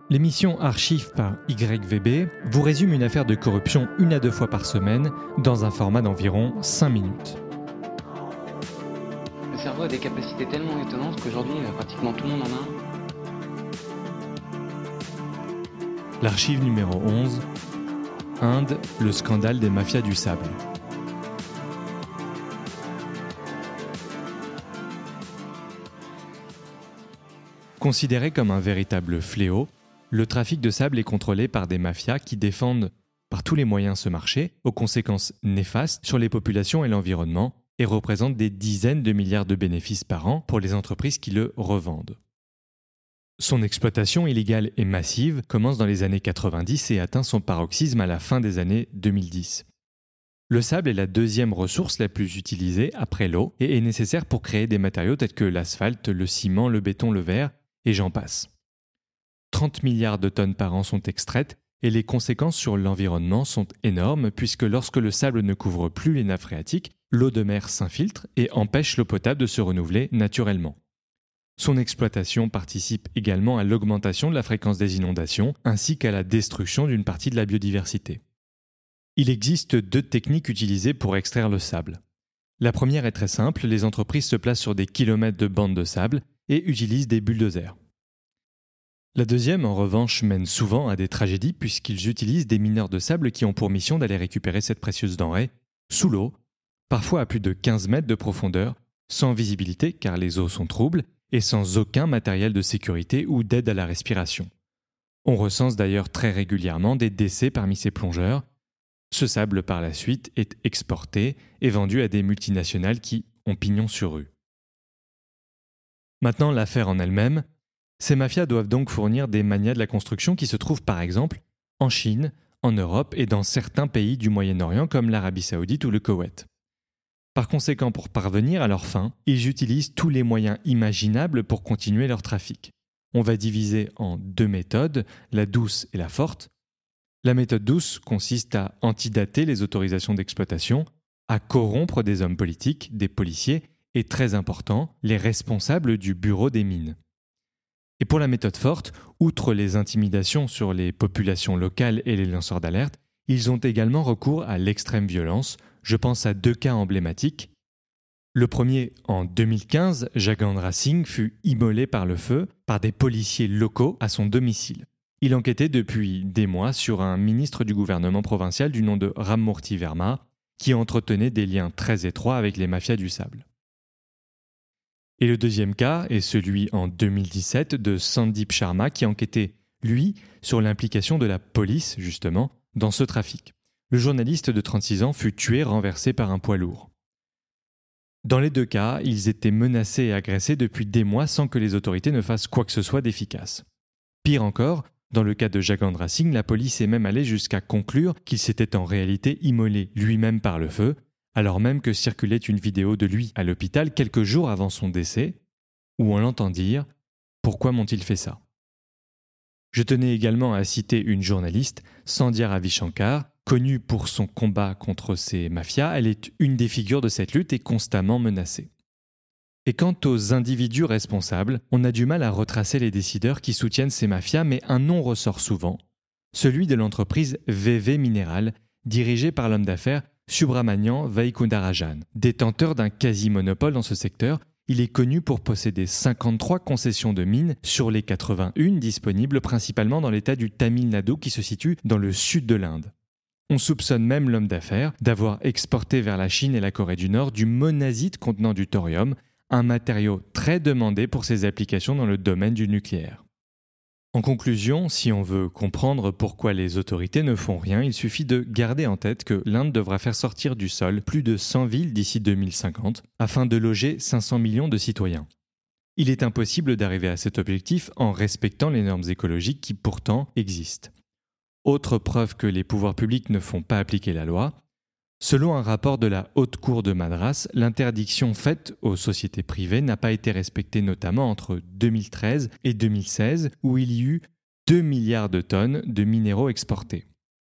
L'émission Archives par YVB vous résume une affaire de corruption 1 à 2 fois par semaine dans un format d'environ 5 minutes. Le cerveau a des capacités tellement étonnantes qu'aujourd'hui, pratiquement tout le monde en a un. L'archive numéro 11, Inde, le scandale des mafias du sable. Considéré comme un véritable fléau, le trafic de sable est contrôlé par des mafias qui défendent par tous les moyens ce marché, aux conséquences néfastes sur les populations et l'environnement, et représente des dizaines de milliards de bénéfices par an pour les entreprises qui le revendent. Son exploitation illégale et massive commence dans les années 90 et atteint son paroxysme à la fin des années 2010. Le sable est la deuxième ressource la plus utilisée après l'eau et est nécessaire pour créer des matériaux tels que l'asphalte, le ciment, le béton, le verre, et j'en passe. 30 milliards de tonnes par an sont extraites et les conséquences sur l'environnement sont énormes puisque lorsque le sable ne couvre plus les nappes phréatiques, l'eau de mer s'infiltre et empêche l'eau potable de se renouveler naturellement. Son exploitation participe également à l'augmentation de la fréquence des inondations ainsi qu'à la destruction d'une partie de la biodiversité. Il existe 2 techniques utilisées pour extraire le sable. La première est très simple, les entreprises se placent sur des kilomètres de bandes de sable et utilisent des bulldozers. La deuxième, en revanche, mène souvent à des tragédies puisqu'ils utilisent des mineurs de sable qui ont pour mission d'aller récupérer cette précieuse denrée sous l'eau, parfois à plus de 15 mètres de profondeur, sans visibilité car les eaux sont troubles et sans aucun matériel de sécurité ou d'aide à la respiration. On recense d'ailleurs très régulièrement des décès parmi ces plongeurs. Ce sable, par la suite, est exporté et vendu à des multinationales qui ont pignon sur rue. Maintenant, l'affaire en elle-même. Ces mafias doivent donc fournir des magnats de la construction qui se trouvent par exemple en Chine, en Europe et dans certains pays du Moyen-Orient comme l'Arabie Saoudite ou le Koweït. Par conséquent, pour parvenir à leur fin, ils utilisent tous les moyens imaginables pour continuer leur trafic. On va diviser en 2 méthodes, la douce et la forte. La méthode douce consiste à antidater les autorisations d'exploitation, à corrompre des hommes politiques, des policiers et, très important, les responsables du bureau des mines. Et pour la méthode forte, outre les intimidations sur les populations locales et les lanceurs d'alerte, ils ont également recours à l'extrême violence. Je pense à 2 cas emblématiques. Le premier, en 2015, Jagendra Singh fut immolé par le feu par des policiers locaux à son domicile. Il enquêtait depuis des mois sur un ministre du gouvernement provincial du nom de Rammurthy Verma, qui entretenait des liens très étroits avec les mafias du sable. Et le deuxième cas est celui en 2017 de Sandeep Sharma qui enquêtait, lui, sur l'implication de la police, justement, dans ce trafic. Le journaliste de 36 ans fut tué renversé par un poids lourd. Dans les 2 cas, ils étaient menacés et agressés depuis des mois sans que les autorités ne fassent quoi que ce soit d'efficace. Pire encore, dans le cas de Jagendra Singh, la police est même allée jusqu'à conclure qu'il s'était en réalité immolé lui-même par le feu, alors même que circulait une vidéo de lui à l'hôpital quelques jours avant son décès, où on l'entend dire « Pourquoi m'ont-ils fait ça ?» Je tenais également à citer une journaliste, Sandhya Ravishankar, connue pour son combat contre ces mafias. Elle est une des figures de cette lutte et constamment menacée. Et quant aux individus responsables, on a du mal à retracer les décideurs qui soutiennent ces mafias, mais un nom ressort souvent, celui de l'entreprise VV Mineral, dirigée par l'homme d'affaires Subramanian Vaikundarajan. Détenteur d'un quasi-monopole dans ce secteur, il est connu pour posséder 53 concessions de mines sur les 81 disponibles principalement dans l'état du Tamil Nadu qui se situe dans le sud de l'Inde. On soupçonne même l'homme d'affaires d'avoir exporté vers la Chine et la Corée du Nord du monazite contenant du thorium, un matériau très demandé pour ses applications dans le domaine du nucléaire. En conclusion, si on veut comprendre pourquoi les autorités ne font rien, il suffit de garder en tête que l'Inde devra faire sortir du sol plus de 100 villes d'ici 2050 afin de loger 500 millions de citoyens. Il est impossible d'arriver à cet objectif en respectant les normes écologiques qui pourtant existent. Autre preuve que les pouvoirs publics ne font pas appliquer la loi, selon un rapport de la Haute Cour de Madras, l'interdiction faite aux sociétés privées n'a pas été respectée notamment entre 2013 et 2016 où il y eut 2 milliards de tonnes de minéraux exportés.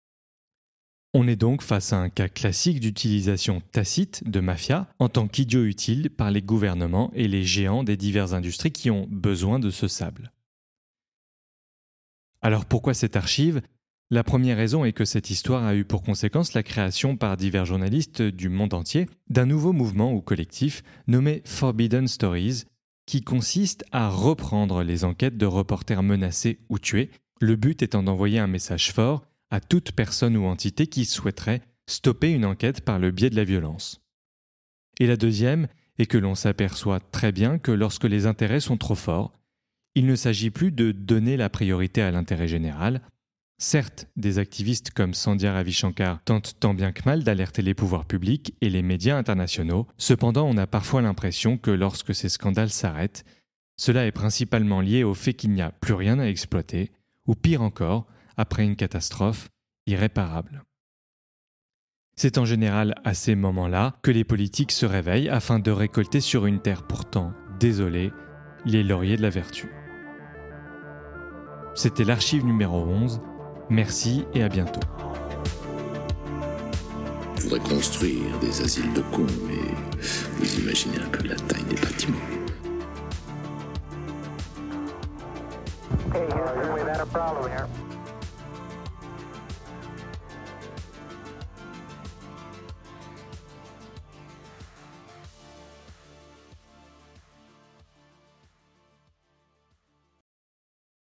On est donc face à un cas classique d'utilisation tacite de mafia en tant qu'idiot utile par les gouvernements et les géants des diverses industries qui ont besoin de ce sable. Alors pourquoi cette archive ? La première raison est que cette histoire a eu pour conséquence la création par divers journalistes du monde entier d'un nouveau mouvement ou collectif nommé Forbidden Stories, qui consiste à reprendre les enquêtes de reporters menacés ou tués, le but étant d'envoyer un message fort à toute personne ou entité qui souhaiterait stopper une enquête par le biais de la violence. Et la deuxième est que l'on s'aperçoit très bien que lorsque les intérêts sont trop forts, il ne s'agit plus de donner la priorité à l'intérêt général. Certes, des activistes comme Sandhya Ravishankar tentent tant bien que mal d'alerter les pouvoirs publics et les médias internationaux. Cependant, on a parfois l'impression que lorsque ces scandales s'arrêtent, cela est principalement lié au fait qu'il n'y a plus rien à exploiter, ou pire encore, après une catastrophe irréparable. C'est en général à ces moments-là que les politiques se réveillent afin de récolter sur une terre pourtant désolée les lauriers de la vertu. C'était l'archive numéro 11. Merci et à bientôt. Je voudrais construire des asiles de cons, mais vous imaginez un peu la taille des bâtiments. Okay, we had a problem here.